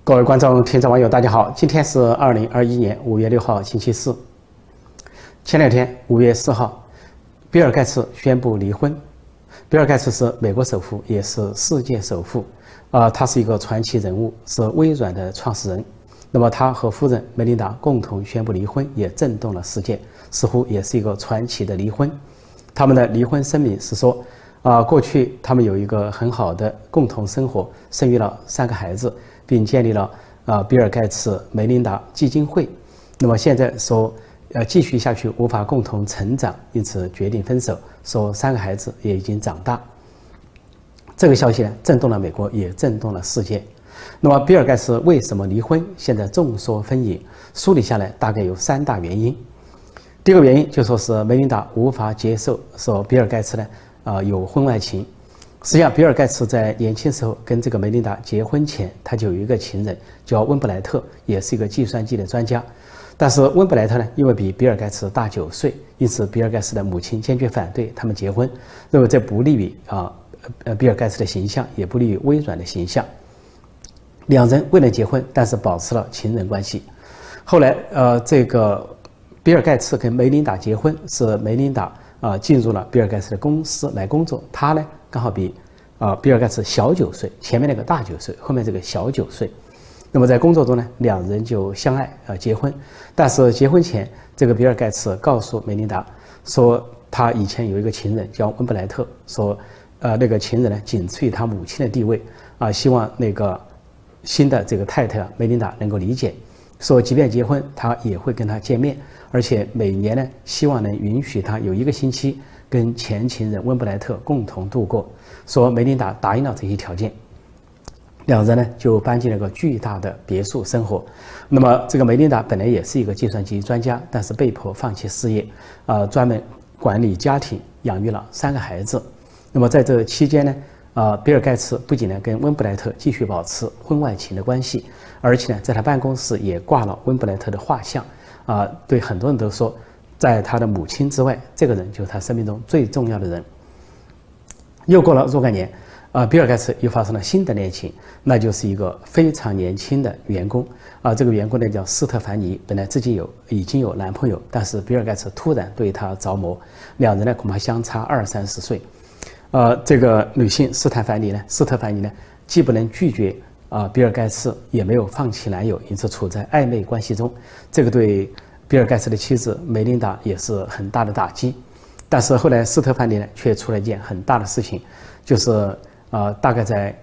各位观众、听众、网友，大家好！今天是2021年5月6号，星期四。前两天5月4号，比尔·盖茨宣布离婚。比尔·盖茨是美国首富，也是世界首富。他是一个传奇人物，是微软的创始人。那么他和夫人梅琳达共同宣布离婚，也震动了世界，似乎也是一个传奇的离婚。他们的离婚声明是说，过去他们有一个很好的共同生活，生育了3个孩子。并建立了比尔·盖茨梅琳达基金会。那么现在说继续下去无法共同成长，因此决定分手。说3个孩子也已经长大。这个消息呢，震动了美国，也震动了世界。那么比尔·盖茨为什么离婚？现在众说纷纭，梳理下来大概有3大原因。第一个原因就说是梅琳达无法接受说比尔·盖茨呢有婚外情。实际上，比尔·盖茨在年轻时候跟这个梅琳达结婚前，他就有一个情人叫温布莱特，也是一个计算机的专家。但是温布莱特呢，因为比比尔·盖茨大9岁，因此比尔·盖茨的母亲坚决反对他们结婚，认为这不利于比尔·盖茨的形象，也不利于微软的形象。两人未能结婚，但是保持了情人关系。后来这个比尔·盖茨跟梅琳达结婚，是梅琳达进入了比尔·盖茨的公司来工作，他呢刚好比比尔·盖茨小9岁，前面那个大9岁，后面这个小9岁。那么在工作中呢，两人就相爱结婚。但是结婚前，这个比尔·盖茨告诉梅琳达说，他以前有一个情人叫温布莱特，说那个情人呢仅次于他母亲的地位希望那个新的这个太太梅琳达能够理解，说即便结婚，他也会跟他见面，而且每年呢希望能允许他有1个星期跟前情人温布莱特共同度过。说梅琳达答应了这些条件，两人呢就搬进了个巨大的别墅生活。那么这个梅琳达本来也是一个计算机专家，但是被迫放弃事业，专门管理家庭，养育了3个孩子。那么在这期间呢，比尔·盖茨不仅呢跟温布莱特继续保持婚外情的关系，而且呢在他办公室也挂了温布莱特的画像。对很多人都说，在他的母亲之外，这个人就是他生命中最重要的人。又过了若干年，比尔·盖茨又发生了新的恋情，那就是一个非常年轻的员工。这个员工呢叫斯特凡尼，本来自己已经有男朋友，但是比尔·盖茨突然对她着魔，两人呢恐怕相差20-30岁。这个女性斯特凡尼呢，既不能拒绝比尔·盖茨，也没有放弃男友，因此处在暧昧关系中。这个对比尔·盖茨的妻子梅琳达也是很大的打击。但是后来斯特凡尼呢却出了一件很大的事情，就是大概在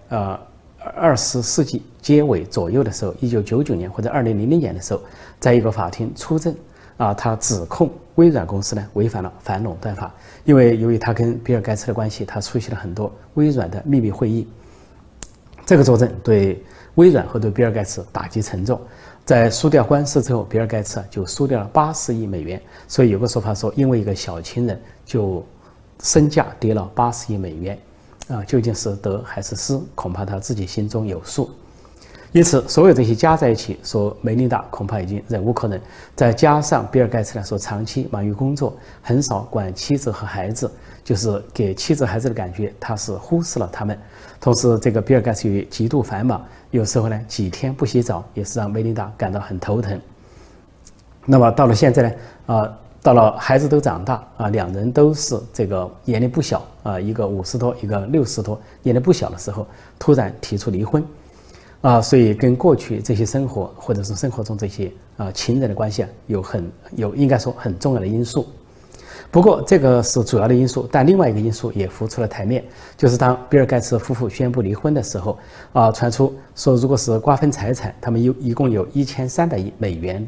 20世纪结尾左右的时候，1999年或者2000年的时候，在一个法庭出证他指控微软公司呢违反了反垄断法，因为由于他跟比尔·盖茨的关系，他出席了很多微软的秘密会议。这个作证对微软和对比尔·盖茨打击沉重。在输掉官司之后，比尔·盖茨就输掉了80亿美元。所以有个说法说，因为一个小情人就身价跌了80亿美元。究竟是得还是失，恐怕他自己心中有数。因此，所有这些加在一起，说梅琳达恐怕已经忍无可忍。再加上比尔·盖茨呢说长期忙于工作，很少管妻子和孩子，就是给妻子孩子的感觉他是忽视了他们。同时，这个比尔·盖茨也极度繁忙，有时候呢几天不洗澡，也是让梅琳达感到很头疼。那么到了现在呢，到了孩子都长大两人都是这个年龄不小一个50多，一个60多，年龄不小的时候，突然提出离婚所以跟过去这些生活或者是生活中这些情人的关系有应该说很重要的因素。不过这个是主要的因素，但另外一个因素也浮出了台面，就是当比尔·盖茨夫妇宣布离婚的时候传出说，如果是瓜分财产，他们一共有1300亿美元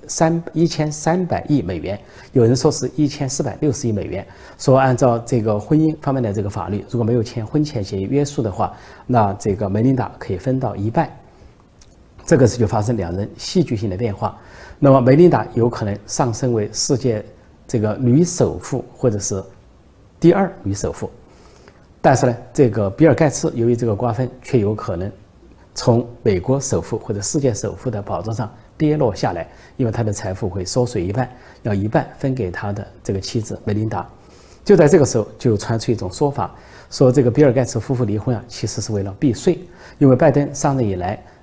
，1300亿美元，有人说是1460亿美元。说按照这个婚姻方面的这个法律，如果没有签婚前协议约束的话，那这个梅琳达可以分到1半。这个时就发生两人戏剧性的变化。那么梅琳达有可能上升为世界这个女首富，或者是第2女首富。但是呢，这个比尔·盖茨由于这个瓜分，却有可能从美国首富或者世界首富的宝座上跌落下来，因为他的财富会缩水1半，要1半分给他的这个妻子梅琳达。就在这个时候，就传出一种说法，说这个比尔·盖茨夫妇离婚其实是为了避税，因为拜登上任以来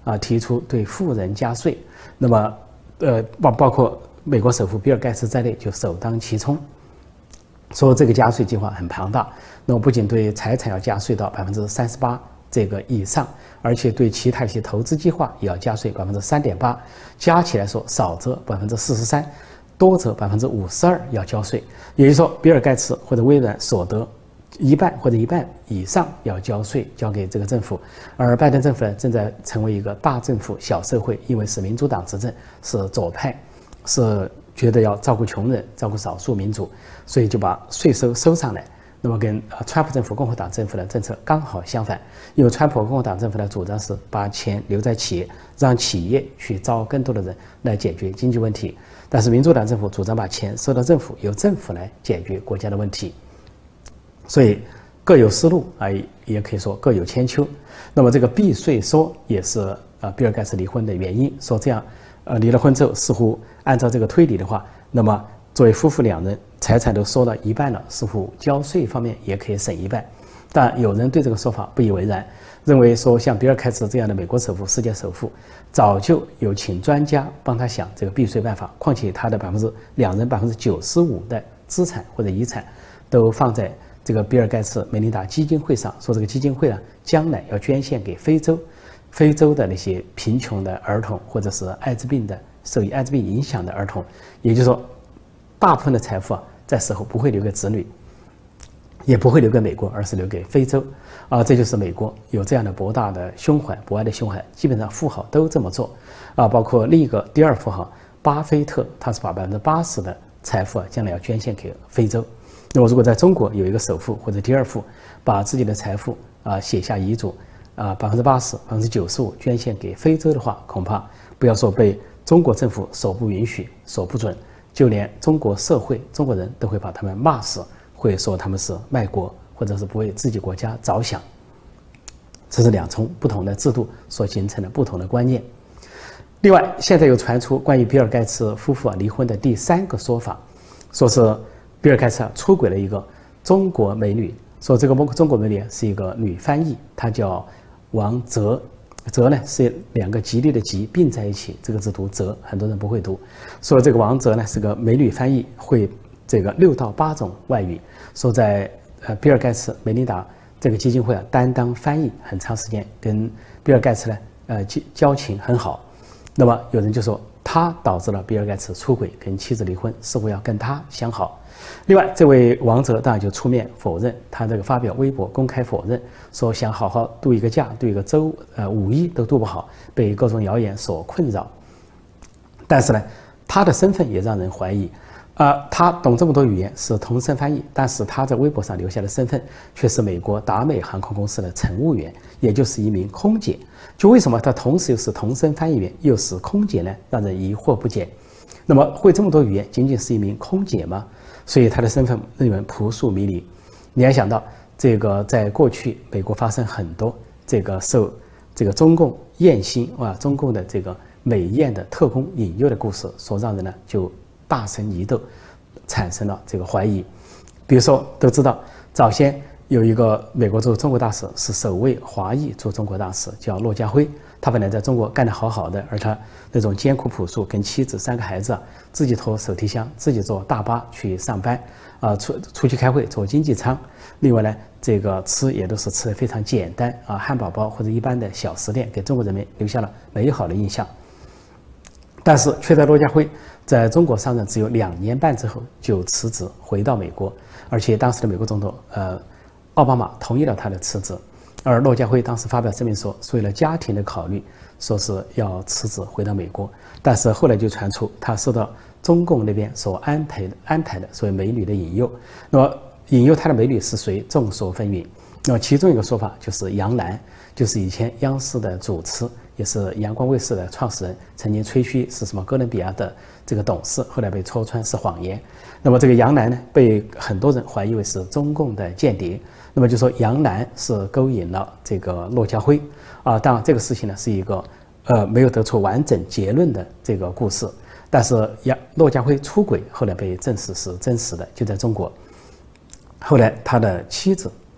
提出对富人加税，那么包括美国首富比尔盖茨在内就首当其冲，说这个加税计划很庞大，那么不仅对财产要加税到38%这个以上，而且对其他一些投资计划也要加税3.8%，加起来说少则43%，多则52%要交税。也就是说，比尔盖茨或者微软所得一半或者一半以上要交税，交给这个政府。而拜登政府呢，正在成为一个大政府小社会，因为是民主党执政，是左派，是觉得要照顾穷人、照顾少数民族，所以就把税收收上来。那么跟川普政府、共和党政府的政策刚好相反，因为川普共和党政府的主张是把钱留在企业，让企业去招更多的人来解决经济问题，但是民主党政府主张把钱收到政府，由政府来解决国家的问题，所以各有思路啊，也可以说各有千秋。那么这个避税说也是比尔盖茨离婚的原因，说这样离了婚之后，似乎按照这个推理的话，那么作为夫妇两人财产都收到一半了，似乎交税方面也可以省一半。但有人对这个说法不以为然，认为说像比尔盖茨这样的美国首富、世界首富，早就有请专家帮他想这个避税办法。况且他的两人95%的资产或者遗产都放在这个比尔盖茨梅琳达基金会上，说这个基金会呢将来要捐献给非洲的那些贫穷的儿童，或者是受艾滋病影响的儿童。也就是说，大部分的财富在死后不会留给子女，也不会留给美国，而是留给非洲。这就是美国有这样的博大的胸怀、博爱的胸怀，基本上富豪都这么做。包括另一个第二富豪巴菲特，他是把80%的财富将来要捐献给非洲。那么如果在中国有一个首富或者第二富，把自己的财富写下遗嘱，80%、95%捐献给非洲的话，恐怕不要说被中国政府所不允许、所不准，就连中国社会、中国人都会把他们骂死，会说他们是卖国，或者是不为自己国家着想。这是两重不同的制度所形成的不同的观念。另外，现在又传出关于比尔盖茨夫妇离婚的第3个说法，说是比尔盖茨出轨了一个中国美女，说这个中国美女是一个女翻译，她叫王泽。泽呢是2个吉利的吉并在一起，这个字读泽，很多人不会读。说这个王泽呢是个美女翻译，会这个6到8种外语。说在比尔盖茨梅琳达这个基金会担当翻译很长时间，跟比尔盖茨呢交情很好。那么有人就说他导致了比尔盖茨出轨，跟妻子离婚，似乎要跟他相好。另外，这位王泽当然就出面否认，他这个发表微博公开否认，说想好好度一个假，度一个周5一都度不好，被各种谣言所困扰。但是呢，他的身份也让人怀疑。他懂这么多语言，是同声翻译，但是他在微博上留下的身份却是美国达美航空公司的乘务员，也就是一名空姐。就为什么他同时又是同声翻译员，又是空姐呢？让人疑惑不解。那么会这么多语言，仅仅是一名空姐吗？所以他的身份令人扑朔迷离。你还想到这个，在过去美国发生很多这个受这个中共艳星中共的这个美艳的特工引诱的故事，所让人呢就大生疑窦，产生了这个怀疑。比如说，都知道早先有一个美国驻中国大使，是首位华裔驻中国大使，叫骆家辉。他本来在中国干得好好的，而他那种艰苦朴素，跟妻子3个孩子自己拖手提箱，自己坐大巴去上班，出去开会坐经济舱。另外呢，这个吃也都是吃得非常简单汉堡包或者一般的小食店，给中国人民留下了美好的印象。但是却在骆家辉在中国上任只有2年半之后就辞职回到美国，而且当时的美国总统奥巴马同意了他的辞职，而骆家辉当时发表声明说，是为了家庭的考虑，说是要辞职回到美国。但是后来就传出他受到中共那边所安排的所谓美女的引诱。那么引诱他的美女是谁？众说纷纭。那么其中一个说法就是杨澜，就是以前央视的主持，也是阳光卫视的创始人，曾经吹嘘是什么哥伦比亚的这个董事，后来被戳穿是谎言。那么这个杨澜呢，被很多人怀疑为是中共的间谍。那么就说杨澜是勾引了这个骆家辉当然这个事情呢是一个没有得出完整结论的这个故事。但是骆家辉出轨后来被证实是真实的，就在中国。后来他的妻子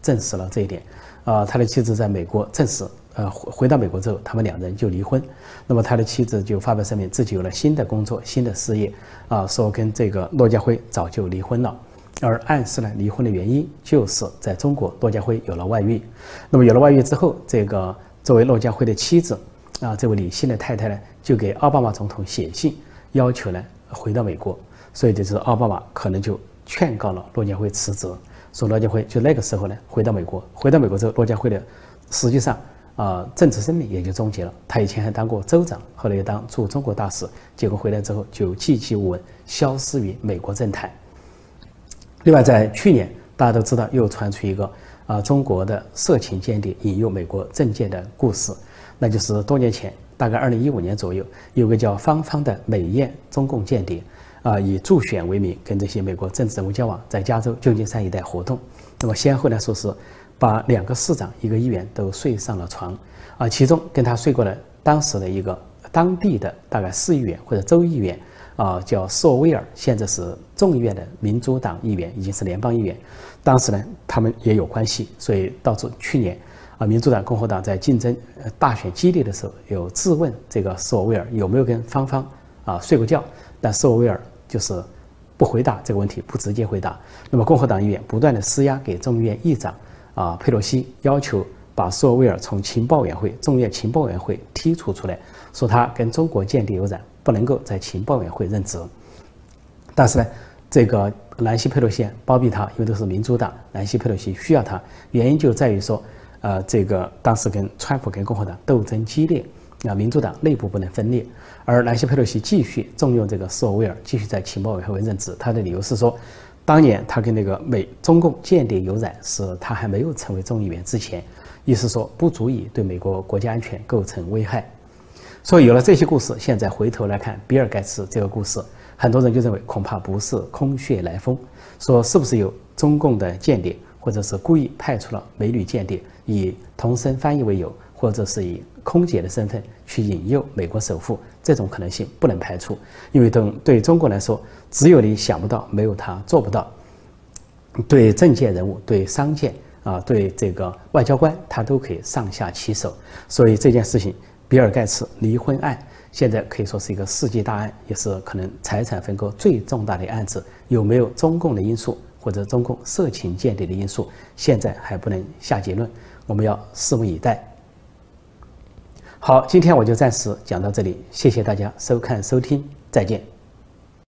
证实了这一点。他的妻子在美国证实，回到美国之后，他们两人就离婚。那么他的妻子就发表声明，自己有了新的工作、新的事业，说跟这个骆家辉早就离婚了，而暗示了离婚的原因就是在中国骆家辉有了外遇。那么有了外遇之后，这个作为骆家辉的妻子，这位李姓的太太呢，就给奥巴马总统写信，要求呢回到美国。所以就是奥巴马可能就劝告了骆家辉辞职。说骆家辉就那个时候呢，回到美国之后，骆家辉的实际上政治生命也就终结了。他以前还当过州长，后来又当驻中国大使，结果回来之后就寂寂无闻，消失于美国政坛。另外，在去年大家都知道又传出一个中国的色情间谍引诱美国政界的故事，那就是多年前，大概2015年左右，有个叫芳芳的美艳中共间谍。以助选为名，跟这些美国政治人物交往，在加州旧金山一带活动。那么先后呢，说是把2个市长、1个议员都睡上了床，其中跟他睡过的当时的一个当地的大概市议员或者州议员，叫斯沃威尔，现在是众议院的民主党议员，已经是联邦议员。当时呢，他们也有关系，所以导致去年民主党、共和党在竞争大选激烈的时候，有质问这个斯沃威尔有没有跟芳芳睡过觉，但斯沃威尔就是不回答这个问题，不直接回答。那么共和党议员不断的施压给众议院议长佩洛西，要求把斯沃威尔从情报委员会、众议院情报委员会剔除出来，说他跟中国间谍有染，不能够在情报委员会任职。但是呢，这个南希佩洛西包庇他，因为都是民主党，南希佩洛西需要他，原因就在于说，这个当时跟川普跟共和党斗争激烈。民主党内部不能分裂，而南希佩洛西继续重用这个斯沃威尔，继续在情报委员会任职。他的理由是说，当年他跟那个中共间谍有染，是他还没有成为众议员之前，意思说不足以对美国国家安全构成危害。所以有了这些故事，现在回头来看比尔盖茨这个故事，很多人就认为恐怕不是空穴来风，说是不是有中共的间谍，或者是故意派出了美女间谍，以同声翻译为由，或者是以空姐的身份去引诱美国首富，这种可能性不能排除。因为对中国来说，只有你想不到，没有他做不到。对政界人物、对商界对这个外交官，他都可以上下其手。所以这件事情，比尔盖茨离婚案现在可以说是一个世纪大案，也是可能财产分割最重大的案子。有没有中共的因素，或者中共色情间谍的因素，现在还不能下结论，我们要拭目以待。好，今天我就暂时讲到这里，谢谢大家收看收听，再见。